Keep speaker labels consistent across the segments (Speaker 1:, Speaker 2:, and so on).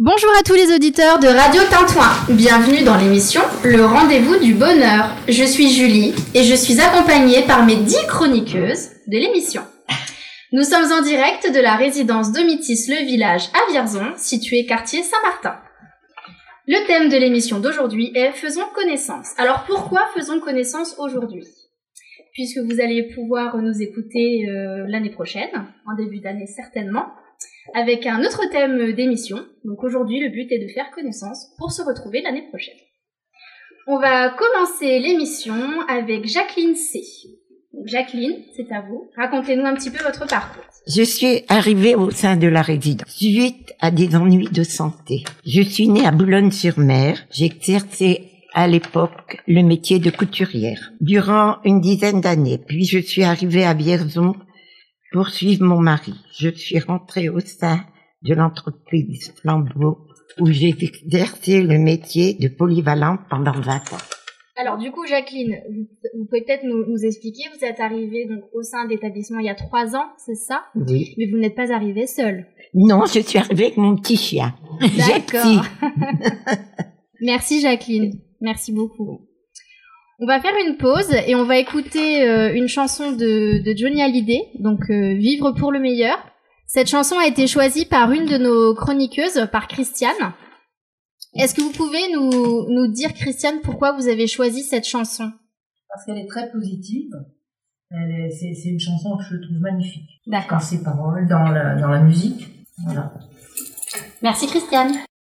Speaker 1: Bonjour à tous les auditeurs de Radio Tintouin. Bienvenue dans l'émission Le Rendez-vous du Bonheur. Je suis Julie et je suis accompagnée par mes 10 chroniqueuses de l'émission. Nous sommes en direct de la résidence Domitis Le Village à Vierzon, située quartier Saint-Martin. Le thème de l'émission d'aujourd'hui est Faisons connaissance. Alors pourquoi faisons connaissance aujourd'hui ? Puisque vous allez pouvoir nous écouter l'année prochaine, en début d'année certainement, avec un autre thème d'émission. Donc aujourd'hui, le but est de faire connaissance pour se retrouver l'année prochaine. On va commencer l'émission avec Jacqueline C. Donc Jacqueline, c'est à vous. Racontez-nous un petit peu votre parcours.
Speaker 2: Je suis arrivée au sein de la résidence suite à des ennuis de santé. Je suis née à Boulogne-sur-Mer. J'ai exercé à l'époque le métier de couturière durant une dizaine d'années. Puis je suis arrivée à Vierzon pour suivre mon mari. Je suis rentrée au sein de l'entreprise Flambeau où j'ai exercé le métier de polyvalente pendant 20 ans.
Speaker 1: Alors du coup, Jacqueline, vous pouvez peut-être nous expliquer, vous êtes arrivée donc au sein de l'établissement il y a 3 ans, c'est ça ?
Speaker 2: Oui.
Speaker 1: Mais vous n'êtes pas arrivée seule.
Speaker 2: Non, je suis arrivée avec mon petit chien.
Speaker 1: D'accord. Merci Jacqueline, merci beaucoup. On va faire une pause et on va écouter une chanson de Johnny Hallyday, donc Vivre pour le meilleur. Cette chanson a été choisie par une de nos chroniqueuses, par Christiane. Est-ce que vous pouvez nous dire, Christiane, pourquoi vous avez choisi cette chanson ?
Speaker 3: Parce qu'elle est très positive. C'est une chanson que je trouve magnifique.
Speaker 1: D'accord.
Speaker 3: Dans ses paroles, dans la musique. Voilà.
Speaker 1: Merci Christiane.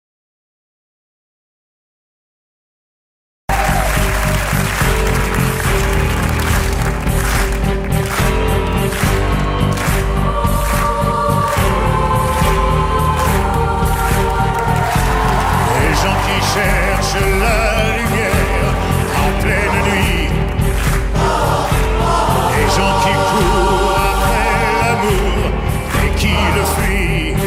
Speaker 4: Cherche la lumière en pleine nuit. Les gens qui courent après l'amour et qui le fuient.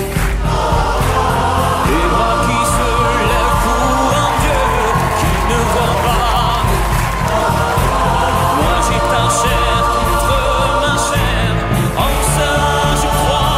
Speaker 5: Les bras qui se lèvent pour un Dieu qui ne voit pas. Moi j'ai ta chair contre ma chair, en ça je crois.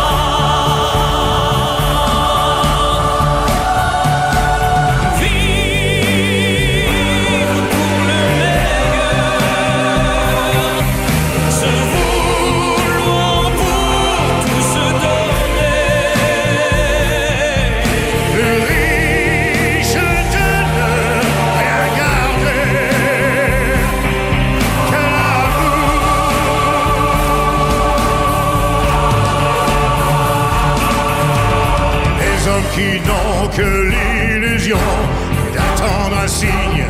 Speaker 4: Qui n'ont que l'illusion d'attendre un signe.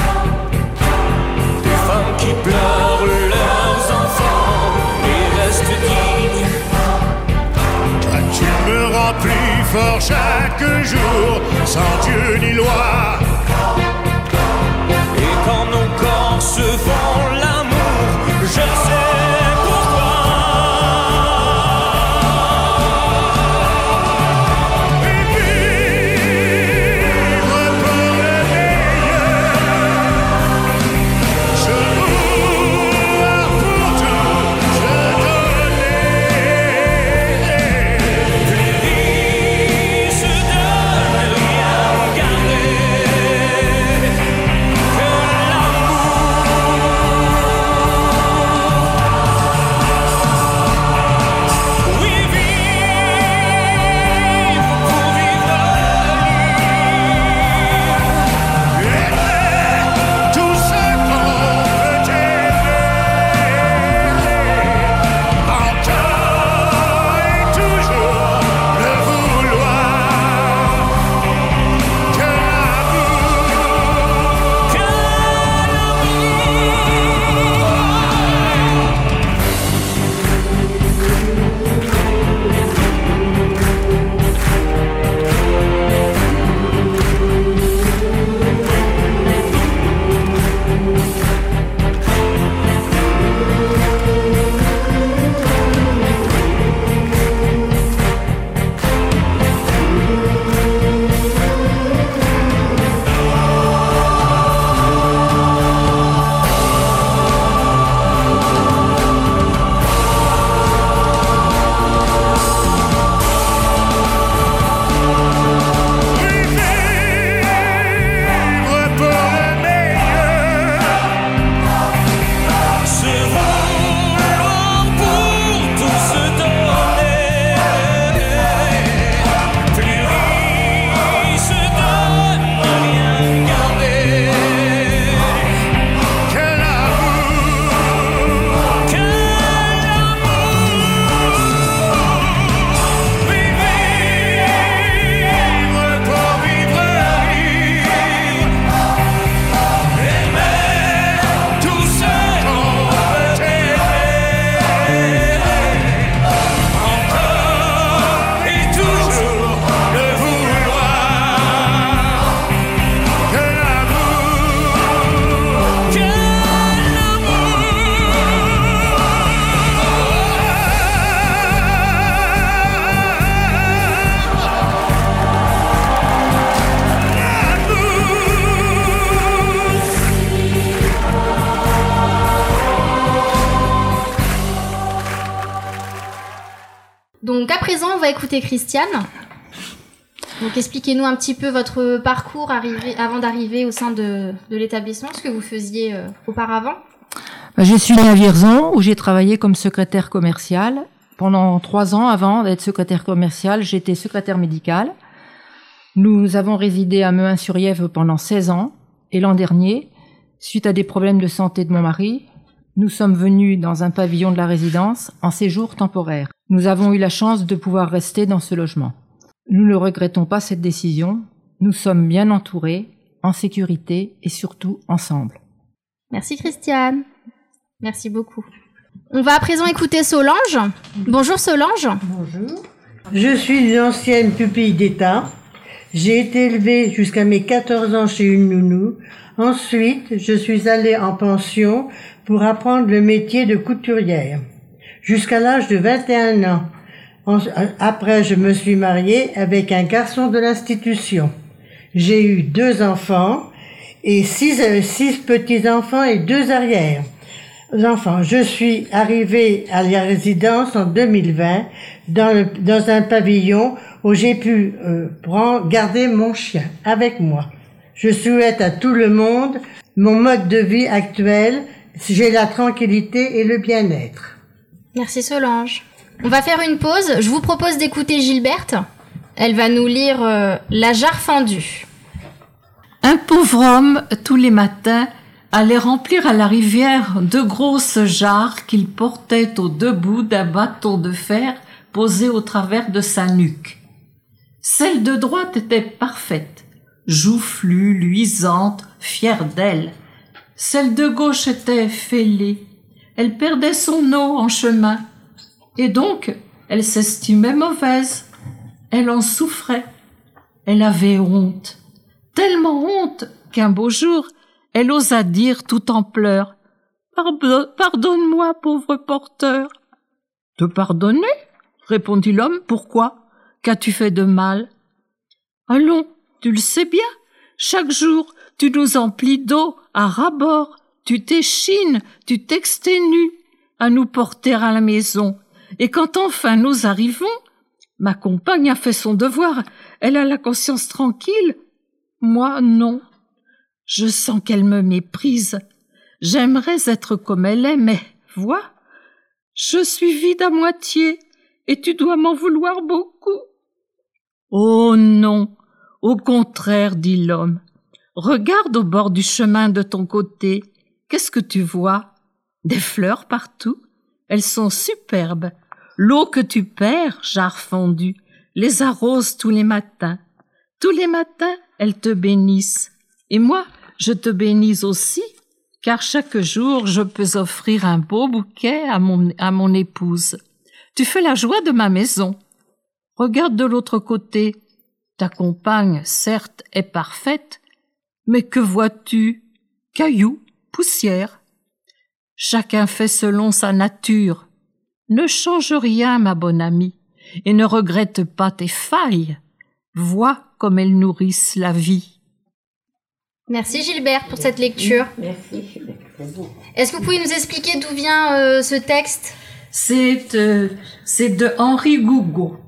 Speaker 5: Des femmes qui pleurent leurs enfants et restent dignes.
Speaker 4: Toi tu me rends plus fort chaque jour, sans Dieu ni loi.
Speaker 5: Et quand nos corps se font l'amour, je sais pourquoi.
Speaker 4: Garder
Speaker 1: Donc à présent, on va écouter Christiane. Donc expliquez-nous un petit peu votre parcours avant d'arriver au sein de l'établissement, ce que vous faisiez auparavant.
Speaker 3: Je suis née à Vierzon, où j'ai travaillé comme secrétaire commerciale. Pendant 3 ans avant d'être secrétaire commerciale, j'étais secrétaire médicale. Nous avons résidé à Mehun-sur-Yèvre pendant 16 ans. Et l'an dernier, suite à des problèmes de santé de mon mari, nous sommes venus dans un pavillon de la résidence en séjour temporaire. Nous avons eu la chance de pouvoir rester dans ce logement. Nous ne regrettons pas cette décision. Nous sommes bien entourés, en sécurité et surtout ensemble.
Speaker 1: Merci Christiane. Merci beaucoup. On va à présent écouter Solange. Bonjour Solange.
Speaker 6: Bonjour. Je suis une ancienne pupille d'État. J'ai été élevée jusqu'à mes 14 ans chez une nounou. Ensuite, je suis allée en pension pour apprendre le métier de couturière. Jusqu'à l'âge de 21 ans. Après, je me suis mariée avec un garçon de l'institution. J'ai eu 2 enfants et 6 petits-enfants et 2 arrière-enfants. Je suis arrivée à la résidence en 2020 dans un pavillon où j'ai pu garder mon chien avec moi. Je souhaite à tout le monde mon mode de vie actuel. J'ai la tranquillité et le bien-être.
Speaker 1: Merci Solange. On va faire une pause. Je vous propose d'écouter Gilberte. Elle va nous lire La jarre fendue.
Speaker 7: Un pauvre homme, tous les matins, allait remplir à la rivière 2 grosses jarres qu'il portait au 2 bouts d'un bâton de fer posé au travers de sa nuque. Celle de droite était parfaite, joufflue, luisante, fière d'elle. Celle de gauche était fêlée. Elle perdait son eau en chemin. Et donc, elle s'estimait mauvaise. Elle en souffrait. Elle avait honte. Tellement honte qu'un beau jour, elle osa dire tout en pleurs. Pardonne-moi, pauvre porteur. Te pardonner? Répondit l'homme. Pourquoi? Qu'as-tu fait de mal? Allons, tu le sais bien. Chaque jour, tu nous emplis d'eau à ras-bord. Tu t'échines, tu t'exténues à nous porter à la maison. Et quand enfin nous arrivons, ma compagne a fait son devoir. Elle a la conscience tranquille. Moi, non. Je sens qu'elle me méprise. J'aimerais être comme elle est, mais, vois, je suis vide à moitié, et tu dois m'en vouloir beaucoup. Oh non, au contraire, dit l'homme. Regarde au bord du chemin de ton côté. Qu'est-ce que tu vois? Des fleurs partout. Elles sont superbes. L'eau que tu perds, jarre fendue, les arrose tous les matins. Tous les matins, elles te bénissent. Et moi, je te bénis aussi, car chaque jour, je peux offrir un beau bouquet à mon épouse. Tu fais la joie de ma maison. Regarde de l'autre côté. Ta compagne, certes, est parfaite, mais que vois-tu? Cailloux, poussière. Chacun fait selon sa nature. Ne change rien, ma bonne amie, et ne regrette pas tes failles. Vois comme elles nourrissent la vie.
Speaker 1: Merci Gilbert pour cette lecture.
Speaker 2: Merci, c'est bon.
Speaker 1: Est-ce que vous pouvez nous expliquer d'où vient ce texte?
Speaker 7: C'est de Henri Gougaud.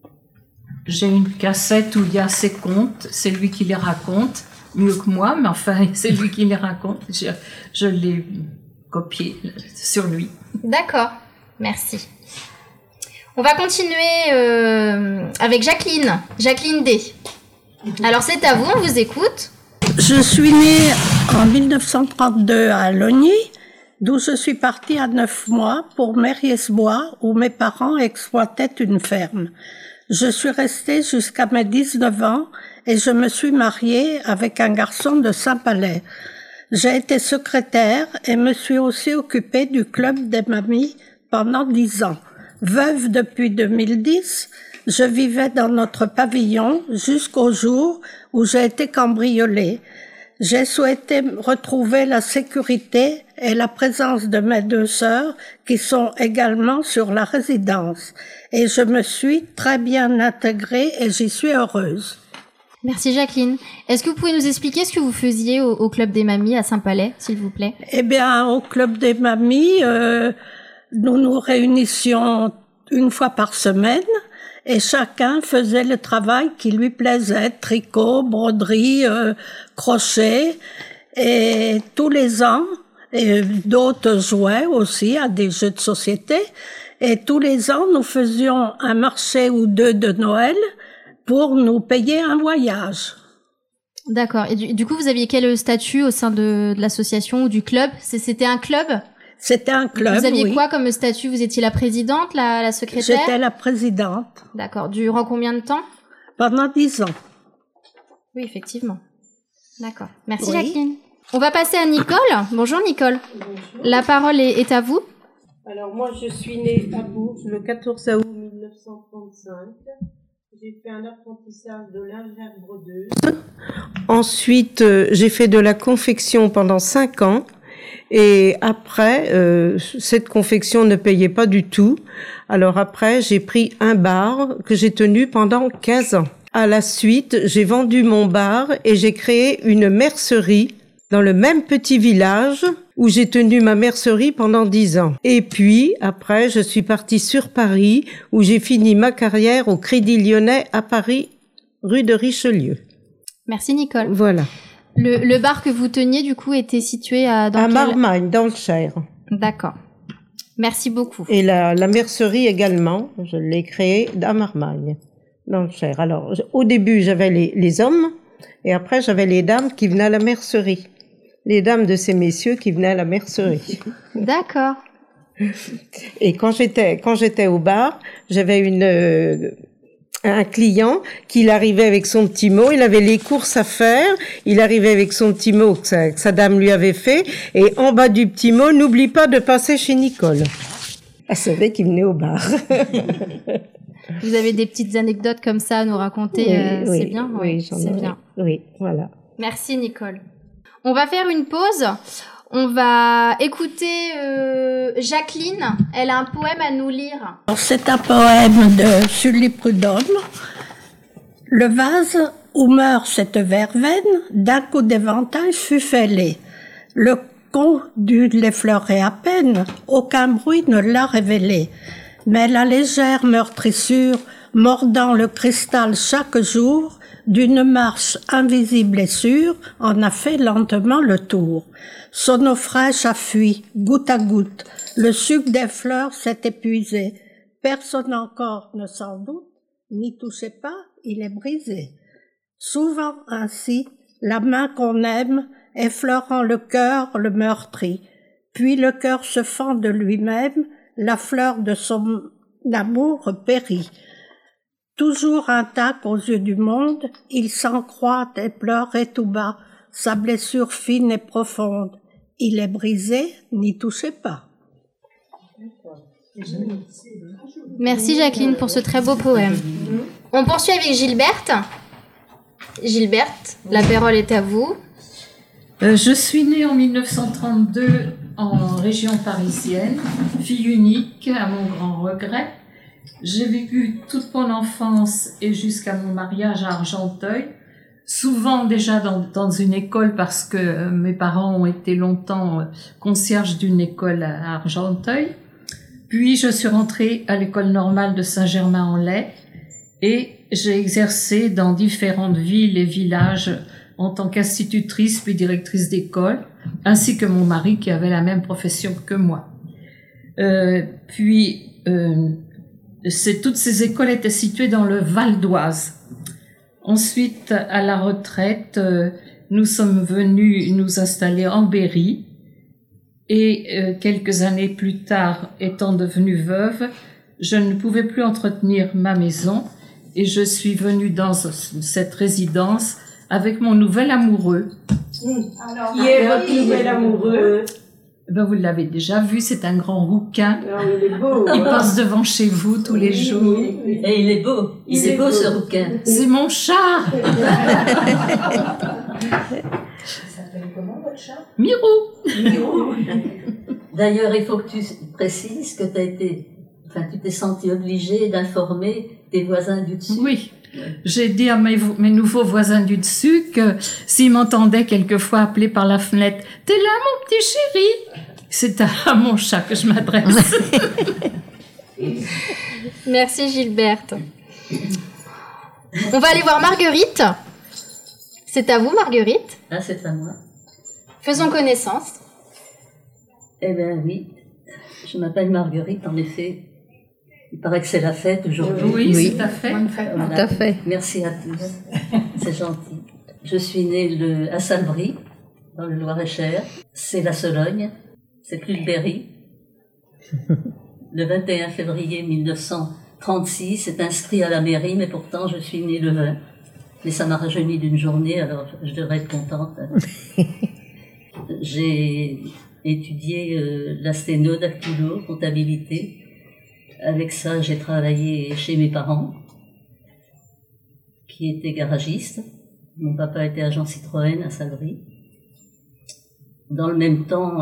Speaker 7: J'ai une cassette où il y a ses contes, c'est lui qui les raconte, mieux que moi, mais enfin, c'est lui qui les raconte. Je l'ai copié sur lui.
Speaker 1: D'accord, merci. On va continuer avec Jacqueline D. Alors c'est à vous, on vous écoute.
Speaker 8: Je suis née en 1932 à Logny, d'où je suis partie à 9 mois pour Mériesbois, où mes parents exploitaient une ferme. Je suis restée jusqu'à mes 19 ans et je me suis mariée avec un garçon de Saint-Palais. J'ai été secrétaire et me suis aussi occupée du club des mamies pendant 10 ans. Veuve depuis 2010, je vivais dans notre pavillon jusqu'au jour où j'ai été cambriolée. J'ai souhaité retrouver la sécurité et la présence de mes 2 sœurs qui sont également sur la résidence. Et je me suis très bien intégrée et j'y suis heureuse.
Speaker 1: Merci Jacqueline. Est-ce que vous pouvez nous expliquer ce que vous faisiez au Club des Mamies à Saint-Palais, s'il vous plaît?
Speaker 8: Eh bien, au Club des Mamies, nous nous réunissions une fois par semaine Et chacun faisait le travail qui lui plaisait, tricot, broderie, crochet. Et tous les ans, et d'autres jouaient aussi à des jeux de société. Et tous les ans, nous faisions un marché ou deux de Noël pour nous payer un voyage.
Speaker 1: D'accord. Et du coup, vous aviez quel statut au sein de l'association ou du club? C'était un club?
Speaker 8: C'était un club,
Speaker 1: Vous aviez
Speaker 8: oui.
Speaker 1: quoi comme statut? Vous étiez la présidente, la secrétaire?
Speaker 8: J'étais la présidente.
Speaker 1: D'accord. Durant combien de temps?
Speaker 8: Pendant 10 ans.
Speaker 1: Oui, effectivement. D'accord. Merci,
Speaker 8: Oui.
Speaker 1: Jacqueline. On va passer à Nicole. Bonjour, Nicole.
Speaker 6: Bonjour.
Speaker 1: La parole est à vous.
Speaker 6: Alors moi, je suis née à Bourges le 14 août 1935. J'ai fait un apprentissage de lingère brodeuse. Ensuite, j'ai fait de la confection pendant 5 ans. Et après, cette confection ne payait pas du tout. Alors après, j'ai pris un bar que j'ai tenu pendant 15 ans. À la suite, j'ai vendu mon bar et j'ai créé une mercerie dans le même petit village où j'ai tenu ma mercerie pendant 10 ans. Et puis, après, je suis partie sur Paris où j'ai fini ma carrière au Crédit Lyonnais à Paris, rue de Richelieu.
Speaker 1: Merci, Nicole.
Speaker 6: Voilà.
Speaker 1: Le bar que vous teniez, du coup, était situé
Speaker 6: À Marmagne, dans le Cher.
Speaker 1: D'accord. Merci beaucoup.
Speaker 6: Et la mercerie également, je l'ai créée à Marmagne, dans le Cher. Alors, au début, j'avais les hommes, et après, j'avais les dames qui venaient à la mercerie. Les dames de ces messieurs qui venaient à la mercerie.
Speaker 1: D'accord.
Speaker 6: Et quand j'étais au bar, j'avais un client qui arrivait avec son petit mot, il avait les courses à faire, il arrivait avec son petit mot que sa dame lui avait fait, et en bas du petit mot, n'oublie pas de passer chez Nicole. Elle savait qu'il venait au bar.
Speaker 1: Vous avez des petites anecdotes comme ça à nous raconter,
Speaker 6: Oui,
Speaker 1: c'est bien?
Speaker 6: Oui, j'en
Speaker 1: c'est
Speaker 6: ai.
Speaker 1: bien.
Speaker 6: Oui, voilà.
Speaker 1: Merci, Nicole. On va faire une pause. On va écouter Jacqueline. Elle a un poème à nous lire.
Speaker 8: Alors, c'est un poème de Sully Prudhomme. Le vase où meurt cette verveine, d'un coup d'éventail fut fêlé. Le con dut l'effleurer à peine, aucun bruit ne l'a révélé. Mais la légère meurtrissure, mordant le cristal chaque jour, d'une marche invisible et sûre, en a fait lentement le tour. Son eau fraîche a fui, goutte à goutte. Le suc des fleurs s'est épuisé. Personne encore ne s'en doute, n'y touchez pas, il est brisé. Souvent ainsi, la main qu'on aime, effleurant le cœur, le meurtrit. Puis le cœur se fend de lui-même, la fleur de son amour périt. Toujours intact aux yeux du monde, il s'en croit et pleurait tout bas, sa blessure fine et profonde. Il est brisé, n'y touchez pas.
Speaker 1: Merci, Jacqueline, pour ce très beau poème. On poursuit avec Gilberte. Gilberte, la parole est à vous.
Speaker 7: Je suis née en 1932 en région parisienne, fille unique à mon grand regret. J'ai vécu toute mon enfance et jusqu'à mon mariage à Argenteuil, souvent déjà dans une école parce que mes parents ont été longtemps concierges d'une école à Argenteuil. Puis je suis rentrée à l'école normale de Saint-Germain-en-Laye et j'ai exercé dans différentes villes et villages en tant qu'institutrice puis directrice d'école, ainsi que mon mari qui avait la même profession que moi. Toutes ces écoles étaient situées dans le Val d'Oise. Ensuite, à la retraite, nous sommes venus nous installer en Berry. Et quelques années plus tard, étant devenue veuve, je ne pouvais plus entretenir ma maison et je suis venue dans cette résidence avec mon nouvel amoureux.
Speaker 6: Alors, qui est votre nouvel amoureux?
Speaker 7: Ben, vous l'avez déjà vu, c'est un grand rouquin.
Speaker 6: Non, il est beau.
Speaker 7: Il passe devant chez vous tous les jours.
Speaker 9: Et il est beau. Il est beau ce rouquin.
Speaker 7: C'est mon chat.
Speaker 9: Ça s'appelle comment votre chat?
Speaker 7: Mirou.
Speaker 9: D'ailleurs, il faut que tu précises que tu t'es senti obligée d'informer tes voisins du dessus.
Speaker 7: Oui. J'ai dit à mes nouveaux voisins du dessus que s'ils m'entendaient quelquefois appeler par la fenêtre, « T'es là, mon petit chéri ?» C'est à mon chat que je m'adresse.
Speaker 1: Merci, Gilberte. On va aller voir Marguerite. C'est à vous, Marguerite.
Speaker 9: Ah, c'est à moi.
Speaker 1: Faisons connaissance.
Speaker 9: Eh bien oui, je m'appelle Marguerite, en effet. Il paraît que c'est la fête aujourd'hui.
Speaker 7: Oui, tout à fait.
Speaker 9: Voilà.
Speaker 7: Tout à fait.
Speaker 9: Merci à tous, c'est gentil. Je suis née à Salbris, dans le Loir-et-Cher. C'est la Sologne, c'est plus le Berry. Le 21 février 1936, c'est inscrit à la mairie, mais pourtant je suis née le 20. Mais ça m'a rajeuni d'une journée, alors je devrais être contente. J'ai étudié la sténo-dactylo, comptabilité. Avec ça, j'ai travaillé chez mes parents, qui étaient garagistes. Mon papa était agent Citroën à Salbris. Dans le même temps,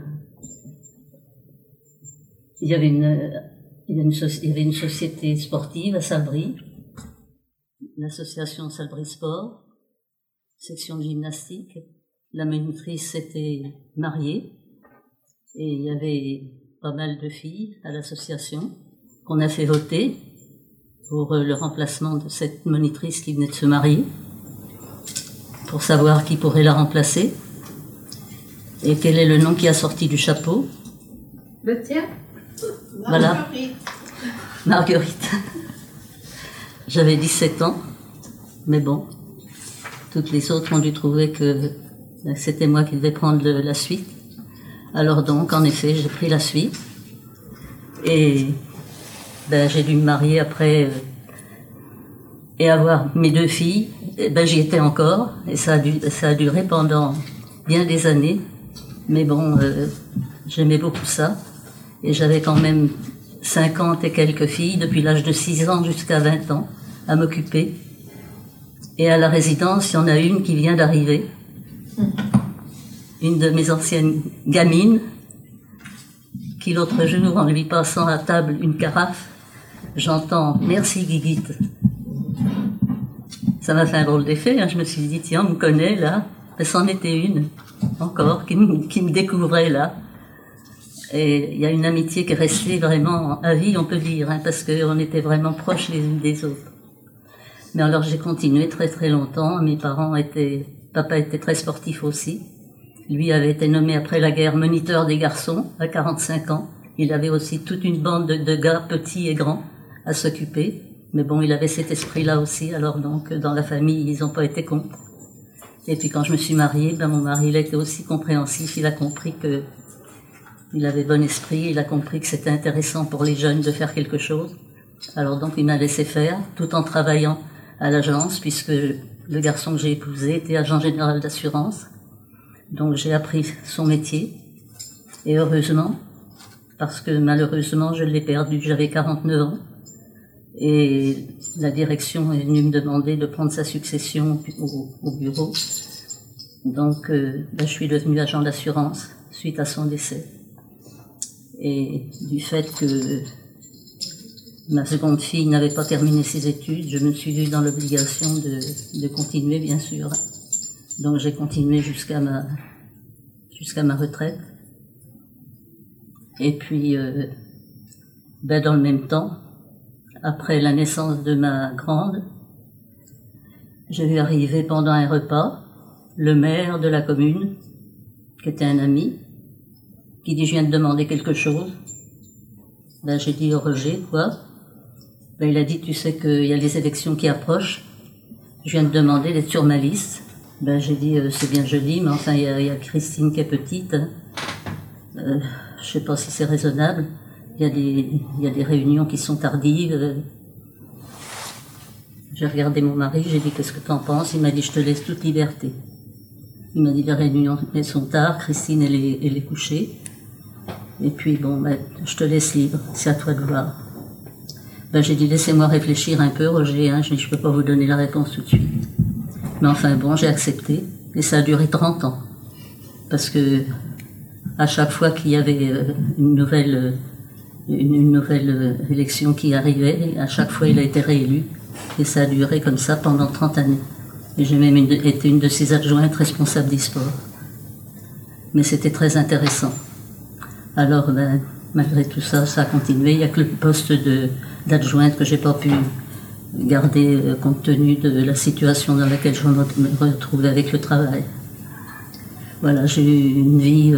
Speaker 9: il y avait une société sportive à Salbris, l'association Salbris Sport, section de gymnastique. La monitrice s'était mariée et il y avait pas mal de filles à l'association qu'on a fait voter pour le remplacement de cette monitrice qui venait de se marier, pour savoir qui pourrait la remplacer et quel est le nom qui a sorti du chapeau.
Speaker 1: Le tien?
Speaker 9: Voilà. Marguerite. J'avais 17 ans, mais bon, toutes les autres ont dû trouver que c'était moi qui devais prendre la suite. Alors donc, en effet, j'ai pris la suite. Et j'ai dû me marier après et avoir mes 2 filles. Et j'y étais encore, et ça a duré pendant bien des années. Mais bon, j'aimais beaucoup ça. Et j'avais quand même 50 et quelques filles, depuis l'âge de 6 ans jusqu'à 20 ans, à m'occuper. Et à la résidence, il y en a une qui vient d'arriver. Une de mes anciennes gamines, qui l'autre jour, en lui passant à table une carafe, j'entends « Merci Guiguite ». Ça m'a fait un drôle d'effet, hein. Je me suis dit « Tiens, on me connaît là ». C'en était une, encore, qui me découvrait là. Et il y a une amitié qui est restée vraiment à vie, on peut dire, hein, parce qu'on était vraiment proches les unes des autres. Mais alors j'ai continué très très longtemps. Papa était très sportif aussi. Lui avait été nommé après la guerre moniteur des garçons à 45 ans. Il avait aussi toute une bande de gars petits et grands à s'occuper. Mais bon, il avait cet esprit-là aussi. Alors donc, dans la famille, ils n'ont pas été contre. Et puis quand je me suis mariée, mon mari, il a été aussi compréhensif. Il a compris que il avait bon esprit. Il a compris que c'était intéressant pour les jeunes de faire quelque chose. Alors donc, il m'a laissé faire, tout en travaillant à l'agence, puisque le garçon que j'ai épousé était agent général d'assurance. Donc j'ai appris son métier, et heureusement, parce que malheureusement je l'ai perdu, j'avais 49 ans, et la direction est venue me demander de prendre sa succession au bureau. Donc je suis devenue agent d'assurance suite à son décès. Et du fait que ma seconde fille n'avait pas terminé ses études, je me suis vue dans l'obligation de continuer, bien sûr. Donc j'ai continué jusqu'à ma retraite. Et puis, dans le même temps, après la naissance de ma grande, j'ai vu arriver pendant un repas le maire de la commune, qui était un ami, qui dit « Je viens de demander quelque chose ». J'ai dit « Roger, quoi ?» Il a dit « Tu sais qu'il y a les élections qui approchent, je viens de demander d'être sur ma liste ». J'ai dit c'est bien joli, mais enfin il y a Christine qui est petite. Je sais pas si c'est raisonnable. Il y a des réunions qui sont tardives. J'ai regardé mon mari, j'ai dit qu'est-ce que t'en penses? Il m'a dit je te laisse toute liberté. Il m'a dit les réunions elles sont tard, Christine elle est couchée. Et puis je te laisse libre, c'est à toi de voir. J'ai dit laissez-moi réfléchir un peu, Roger. Hein. Je peux pas vous donner la réponse tout de suite. Mais enfin bon, j'ai accepté, et ça a duré 30 ans. Parce que, à chaque fois qu'il y avait une nouvelle élection qui arrivait, à chaque fois il a été réélu, et ça a duré comme ça pendant 30 années. Et j'ai même été une de ses adjointes responsables des sports. Mais c'était très intéressant. Alors, malgré tout ça, ça a continué. Il n'y a que le poste d'adjointe que j'ai pas pu gardé compte tenu de la situation dans laquelle je me retrouvais avec le travail. Voilà, j'ai eu une vie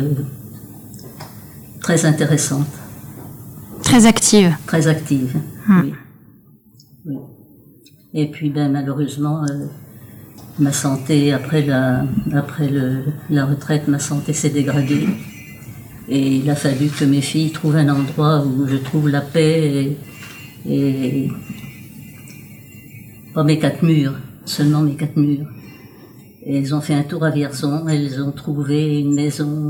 Speaker 9: très intéressante.
Speaker 1: Très active.
Speaker 9: Très active, oui. Oui. Et puis, malheureusement, ma santé, après la retraite, ma santé s'est dégradée. Et il a fallu que mes filles trouvent un endroit où je trouve la paix et pas mes 4 murs, seulement mes 4 murs. Et elles ont fait un tour à Vierzon, elles ont trouvé une maison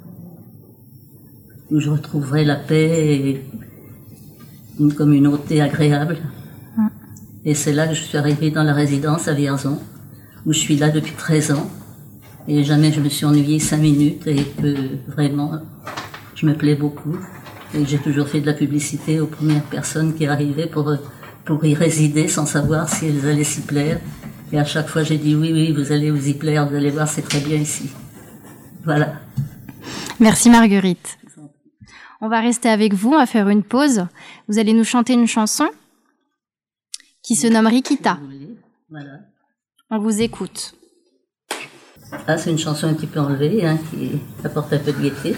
Speaker 9: où je retrouverai la paix et une communauté agréable. Et c'est là que je suis arrivée dans la résidence à Vierzon, où je suis là depuis 13 ans. Et jamais je me suis ennuyée 5 minutes et que vraiment, je me plais beaucoup. Et j'ai toujours fait de la publicité aux premières personnes qui arrivaient pour y résider sans savoir si elles allaient s'y plaire. Et à chaque fois, j'ai dit oui, vous allez vous y plaire, vous allez voir, c'est très bien ici. Voilà.
Speaker 1: Merci Marguerite. On va rester avec vous, on va faire une pause. Vous allez nous chanter une chanson qui se nomme Rikita.
Speaker 9: Voilà.
Speaker 1: On vous écoute.
Speaker 9: Ah, c'est une chanson un petit peu enlevée, qui apporte un peu de gaieté.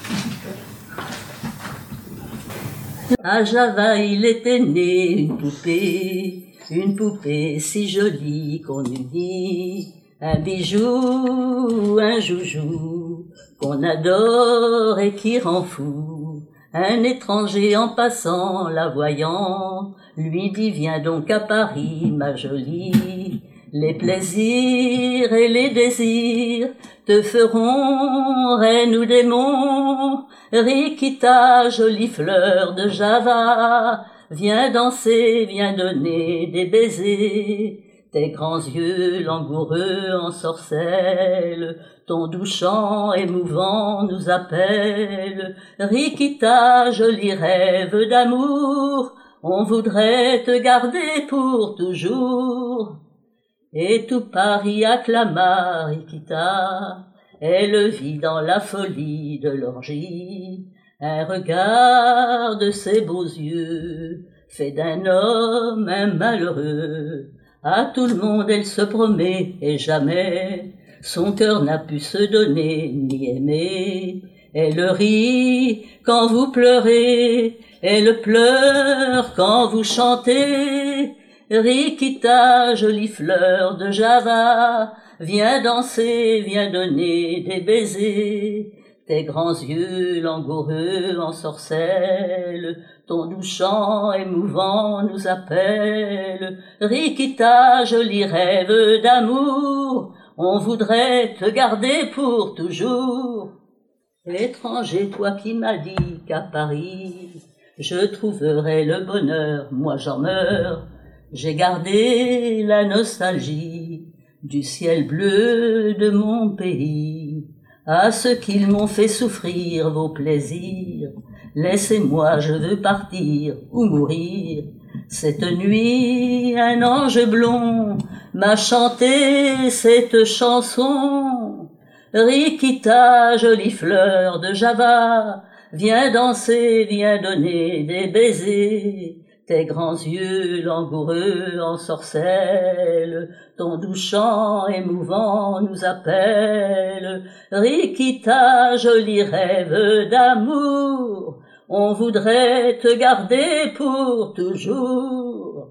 Speaker 9: À Java, il était né une poupée si jolie qu'on eût dit un bijou, un joujou, qu'on adore et qui rend fou. Un étranger en passant, la voyant, lui dit viens donc à Paris, ma jolie. Les plaisirs et les désirs te feront reine ou démon. Rikita, jolie fleur de Java, viens danser, viens donner des baisers. Tes grands yeux langoureux ensorcellent, ton doux chant émouvant nous appelle. Rikita, joli rêve d'amour, on voudrait te garder pour toujours. Et tout Paris acclama Rikita, elle vit dans la folie de l'orgie. Un regard de ses beaux yeux fait d'un homme un malheureux. À tout le monde elle se promet et jamais son cœur n'a pu se donner ni aimer. Elle rit quand vous pleurez, elle pleure quand vous chantez. Rikita, jolie fleur de Java, viens danser, viens donner des baisers. Tes grands yeux langoureux ensorcellent, ton doux chant émouvant nous appelle. Rikita, joli rêve d'amour, on voudrait te garder pour toujours. Étranger, toi qui m'as dit qu'à Paris, je trouverai le bonheur, moi j'en meurs. J'ai gardé la nostalgie du ciel bleu de mon pays. À ceux qu'ils m'ont fait souffrir vos plaisirs, laissez-moi, je veux partir ou mourir. Cette nuit, un ange blond m'a chanté cette chanson. Rikita, jolie fleur de Java, viens danser, viens donner des baisers. Tes grands yeux langoureux ensorcellent, ton doux chant émouvant nous appelle. Rikita, joli rêve d'amour, on voudrait te garder pour toujours.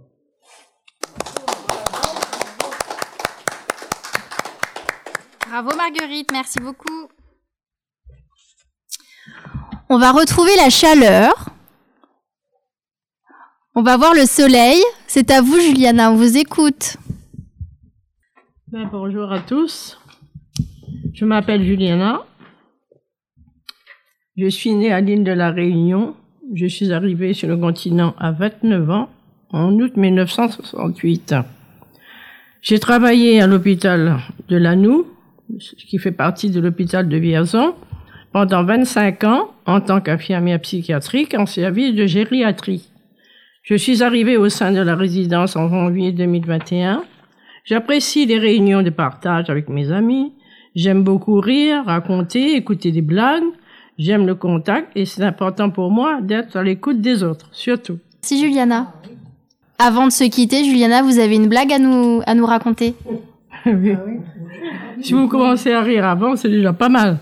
Speaker 1: Bravo Marguerite, merci beaucoup. On va retrouver la chaleur. On va voir le soleil. C'est à vous, Juliana, on vous écoute.
Speaker 10: Bonjour à tous. Je m'appelle Juliana. Je suis née à l'île de la Réunion. Je suis arrivée sur le continent à 29 ans, en août 1968. J'ai travaillé à l'hôpital de Lannou, qui fait partie de l'hôpital de Vierzon, pendant 25 ans en tant qu'infirmière psychiatrique en service de gériatrie. Je suis arrivée au sein de la résidence en janvier 2021. J'apprécie les réunions de partage avec mes amis. J'aime beaucoup rire, raconter, écouter des blagues. J'aime le contact et c'est important pour moi d'être à l'écoute des autres, surtout.
Speaker 1: Si Juliana. Avant de se quitter, Juliana, vous avez une blague à nous raconter?
Speaker 10: Oui. Si vous commencez à rire avant, c'est déjà pas mal.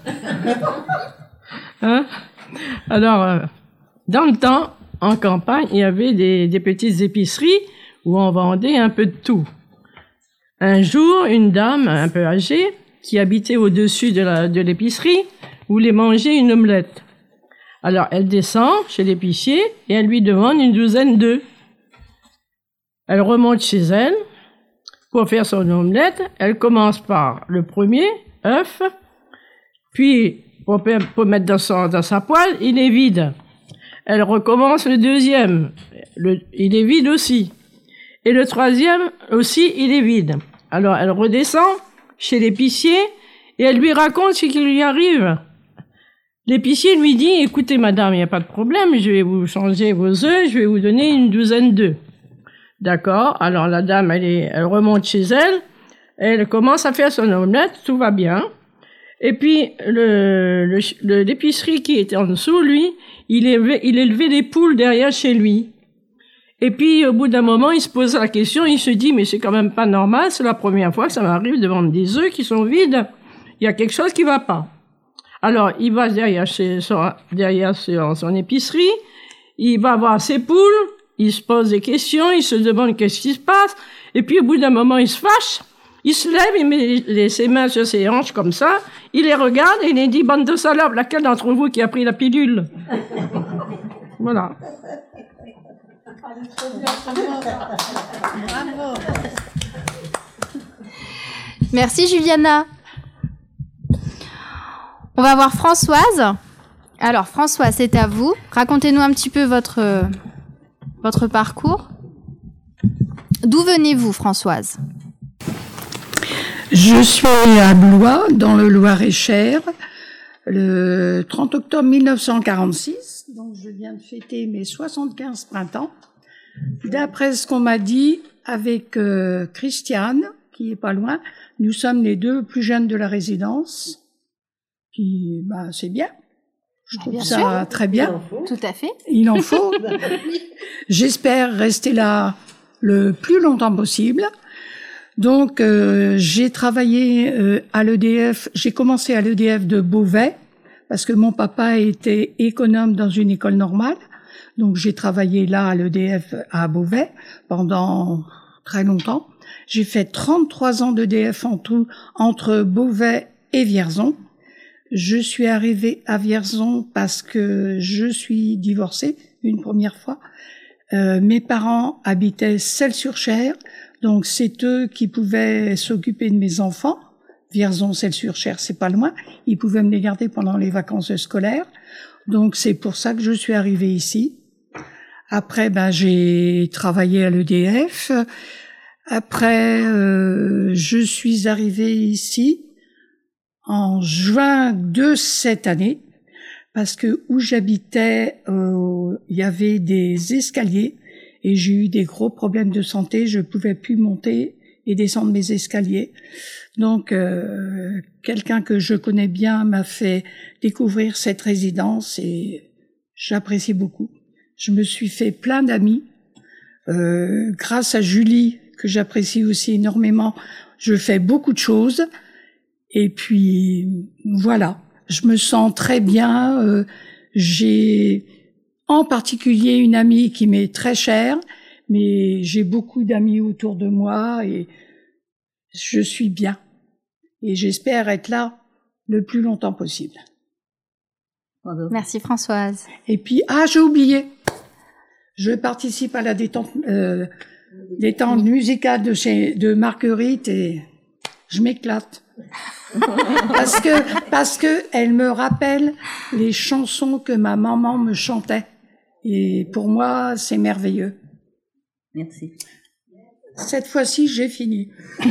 Speaker 10: Hein? Alors, dans le temps, en campagne, il y avait des petites épiceries où on vendait un peu de tout. Un jour, une dame un peu âgée, qui habitait au-dessus de l'épicerie, voulait manger une omelette. Alors, elle descend chez l'épicier et elle lui demande une douzaine d'œufs. Elle remonte chez elle pour faire son omelette. Elle commence par le premier œuf, puis pour mettre dans sa poêle, il est vide. Elle recommence le deuxième, il est vide aussi. Et le troisième aussi, il est vide. Alors, elle redescend chez l'épicier et elle lui raconte ce qui lui arrive. L'épicier lui dit, écoutez madame, il n'y a pas de problème, je vais vous changer vos œufs, je vais vous donner une douzaine d'œufs. D'accord, alors la dame, elle remonte chez elle, elle commence à faire son omelette, tout va bien. Et puis, l'épicerie qui était en dessous, lui, il élevait des poules derrière chez lui. Et puis, au bout d'un moment, il se pose la question, il se dit, mais c'est quand même pas normal, c'est la première fois que ça m'arrive de vendre des œufs qui sont vides. Il y a quelque chose qui va pas. Alors, il va derrière son épicerie, il va voir ses poules, il se pose des questions, il se demande qu'est-ce qui se passe, et puis au bout d'un moment, il se fâche, il se lève, il met ses mains sur ses hanches comme ça, il les regarde et il les dit, bande de salopes, laquelle d'entre vous qui a pris la pilule? Voilà.
Speaker 1: Merci Juliana. On va voir Françoise. Alors Françoise, c'est à vous. Racontez-nous un petit peu votre parcours. D'où venez-vous, Françoise?
Speaker 8: Je suis née à Blois, dans le Loir-et-Cher, le 30 octobre 1946. Donc je viens de fêter mes 75 printemps. D'après ce qu'on m'a dit, avec Christiane, qui est pas loin, nous sommes les deux plus jeunes de la résidence. Puis, c'est bien. Je trouve ça très bien.
Speaker 1: Tout à fait.
Speaker 8: Il en faut. J'espère rester là le plus longtemps possible. Donc, j'ai travaillé à l'EDF. J'ai commencé à l'EDF de Beauvais parce que mon papa était économe dans une école normale. Donc, j'ai travaillé là à l'EDF à Beauvais pendant très longtemps. J'ai fait 33 ans d'EDF en tout entre Beauvais et Vierzon. Je suis arrivée à Vierzon parce que je suis divorcée une première fois. Mes parents habitaient Celles-sur-Cher, donc c'est eux qui pouvaient s'occuper de mes enfants. Vierzon, Celles-sur-Cher, c'est pas loin. Ils pouvaient me les garder pendant les vacances scolaires. Donc c'est pour ça que je suis arrivée ici. Après, j'ai travaillé à l'EDF. Après, je suis arrivée ici en juin de cette année, parce que où j'habitais, il y avait des escaliers et j'ai eu des gros problèmes de santé. Je pouvais plus monter et descendre mes escaliers. Donc, quelqu'un que je connais bien m'a fait découvrir cette résidence et j'apprécie beaucoup. Je me suis fait plein d'amis. Grâce à Julie, que j'apprécie aussi énormément, je fais beaucoup de choses. Et puis, voilà, je me sens très bien. J'ai en particulier une amie qui m'est très chère, mais j'ai beaucoup d'amis autour de moi et je suis bien. Et j'espère être là le plus longtemps possible.
Speaker 1: Merci Françoise.
Speaker 8: Et puis, j'ai oublié. Je participe à la détente musicale de Marguerite et je m'éclate. parce que elle me rappelle les chansons que ma maman me chantait. Et pour moi, c'est merveilleux.
Speaker 9: Merci.
Speaker 8: Cette fois-ci, j'ai fini.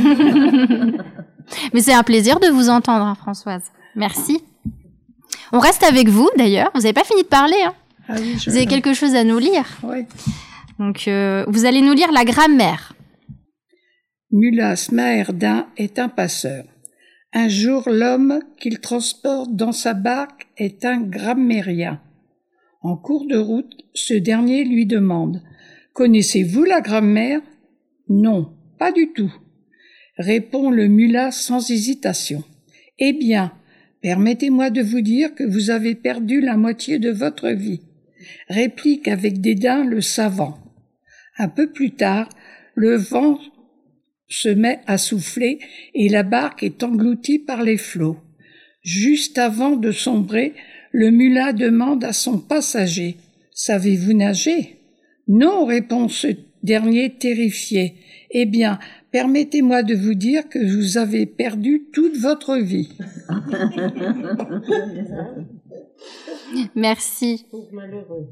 Speaker 1: Mais c'est un plaisir de vous entendre, Françoise. Merci. On reste avec vous, d'ailleurs. Vous n'avez pas fini de parler, hein.
Speaker 8: Ah oui,
Speaker 1: vous avez quelque chose à nous lire.
Speaker 8: Oui.
Speaker 1: Donc, vous allez nous lire la grammaire.
Speaker 8: Mulas Maerdin est un passeur. Un jour, l'homme qu'il transporte dans sa barque est un grammairien. En cours de route, ce dernier lui demande
Speaker 11: Connaissez-vous la grammaire? Non, pas du tout, répond le mulat sans hésitation. Eh bien, permettez-moi de vous dire que vous avez perdu la moitié de votre vie, réplique avec dédain le savant. Un peu plus tard, le vent se met à souffler et la barque est engloutie par les flots. Juste avant de sombrer, le mulat demande à son passager « Savez-vous nager ?» « Non, répond ce dernier terrifié. Eh bien, permettez-moi de vous dire que vous avez perdu toute votre vie.
Speaker 1: Merci.
Speaker 6: Malheureux.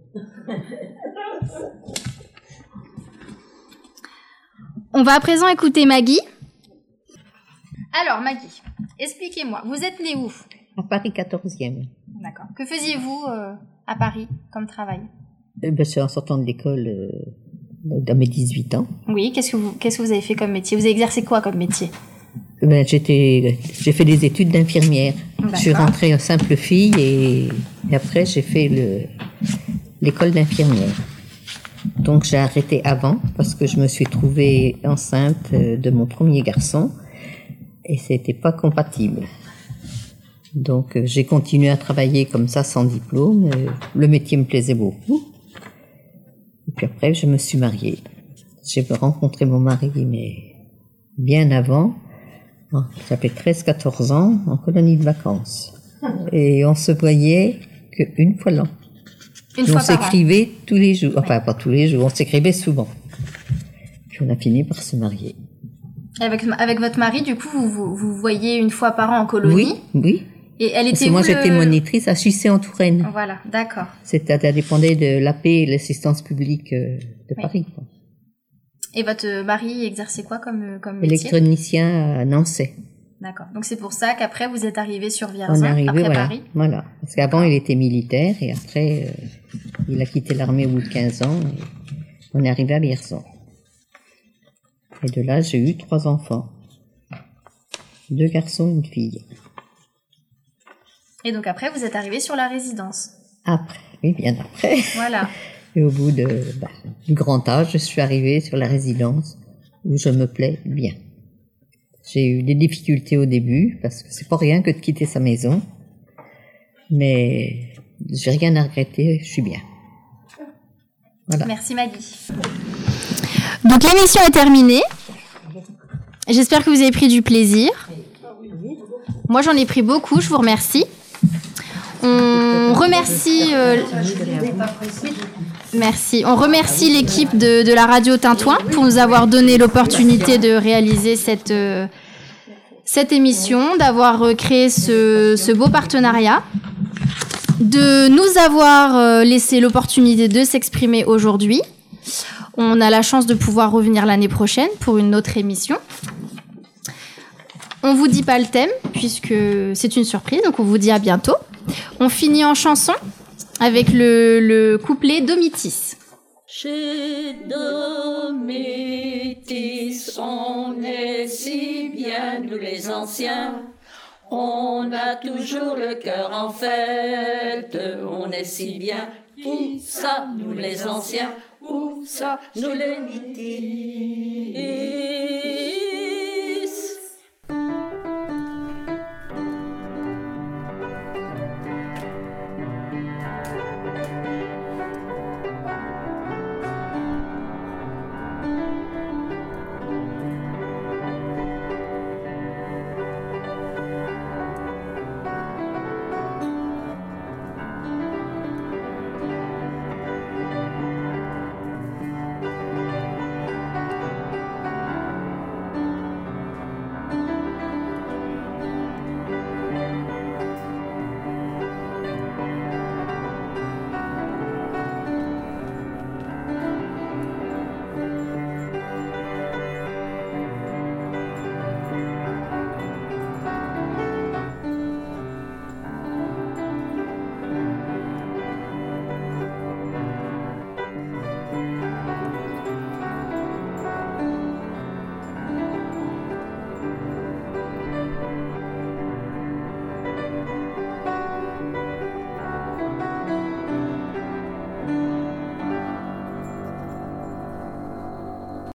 Speaker 1: On va à présent écouter Maggie. Alors, Maggie, expliquez-moi, vous êtes née où?
Speaker 2: À Paris 14e.
Speaker 1: D'accord. Que faisiez-vous à Paris comme travail?
Speaker 2: C'est en sortant de l'école dans mes 18 ans.
Speaker 1: Oui, qu'est-ce que vous avez fait comme métier? Vous avez exercé quoi comme métier?
Speaker 2: J'ai fait des études d'infirmière. Je suis rentrée en simple fille et après j'ai fait l'école d'infirmière. Donc j'ai arrêté avant parce que je me suis trouvée enceinte de mon premier garçon et c'était pas compatible. Donc j'ai continué à travailler comme ça sans diplôme. Le métier me plaisait beaucoup. Et puis après je me suis mariée. J'ai rencontré mon mari mais bien avant. J'avais 13-14 ans en colonie de vacances. Et on se voyait qu'une fois l'an.
Speaker 1: On
Speaker 2: s'écrivait tous les jours. Enfin, pas tous les jours, on s'écrivait souvent. Puis on a fini par se marier.
Speaker 1: Avec votre mari, du coup, vous voyez une fois par an en colonie?
Speaker 2: Oui.
Speaker 1: Et elle était
Speaker 2: moi, j'étais monitrice à Chissé-en-Touraine.
Speaker 1: Voilà, d'accord.
Speaker 2: Ça dépendait de l'AP, l'assistance publique de Paris. Quoi.
Speaker 1: Et votre mari exerçait quoi comme métier?
Speaker 2: Électronicien à Nancy.
Speaker 1: D'accord. Donc c'est pour ça qu'après vous êtes arrivé sur Vierzon,
Speaker 2: après
Speaker 1: Paris.
Speaker 2: Voilà. Parce qu'avant il était militaire et après il a quitté l'armée au bout de 15 ans et on est arrivé à Vierzon. Et de là j'ai eu 3 enfants. 2 garçons, une fille.
Speaker 1: Et donc après vous êtes arrivé sur la résidence?
Speaker 2: Après, oui, bien après.
Speaker 1: Voilà.
Speaker 2: Et au bout du grand âge, je suis arrivée sur la résidence où je me plais bien. J'ai eu des difficultés au début parce que c'est pas rien que de quitter sa maison, mais j'ai rien à regretter, je suis bien. Voilà.
Speaker 1: Merci Maggie. Donc l'émission est terminée. J'espère que vous avez pris du plaisir. Moi j'en ai pris beaucoup, je vous remercie. On remercie merci. On remercie l'équipe de la radio Tintouin pour nous avoir donné l'opportunité de réaliser cette émission, d'avoir créé ce beau partenariat, de nous avoir laissé l'opportunité de s'exprimer aujourd'hui. On a la chance de pouvoir revenir l'année prochaine pour une autre émission. On vous dit pas le thème puisque c'est une surprise, donc on vous dit à bientôt. On finit en chanson avec le couplet Domitis.
Speaker 7: Chez Domitis, on est si bien, nous les anciens. On a toujours le cœur en fête, on est si bien. Où ça, nous les anciens, où ça, nous les Mitis.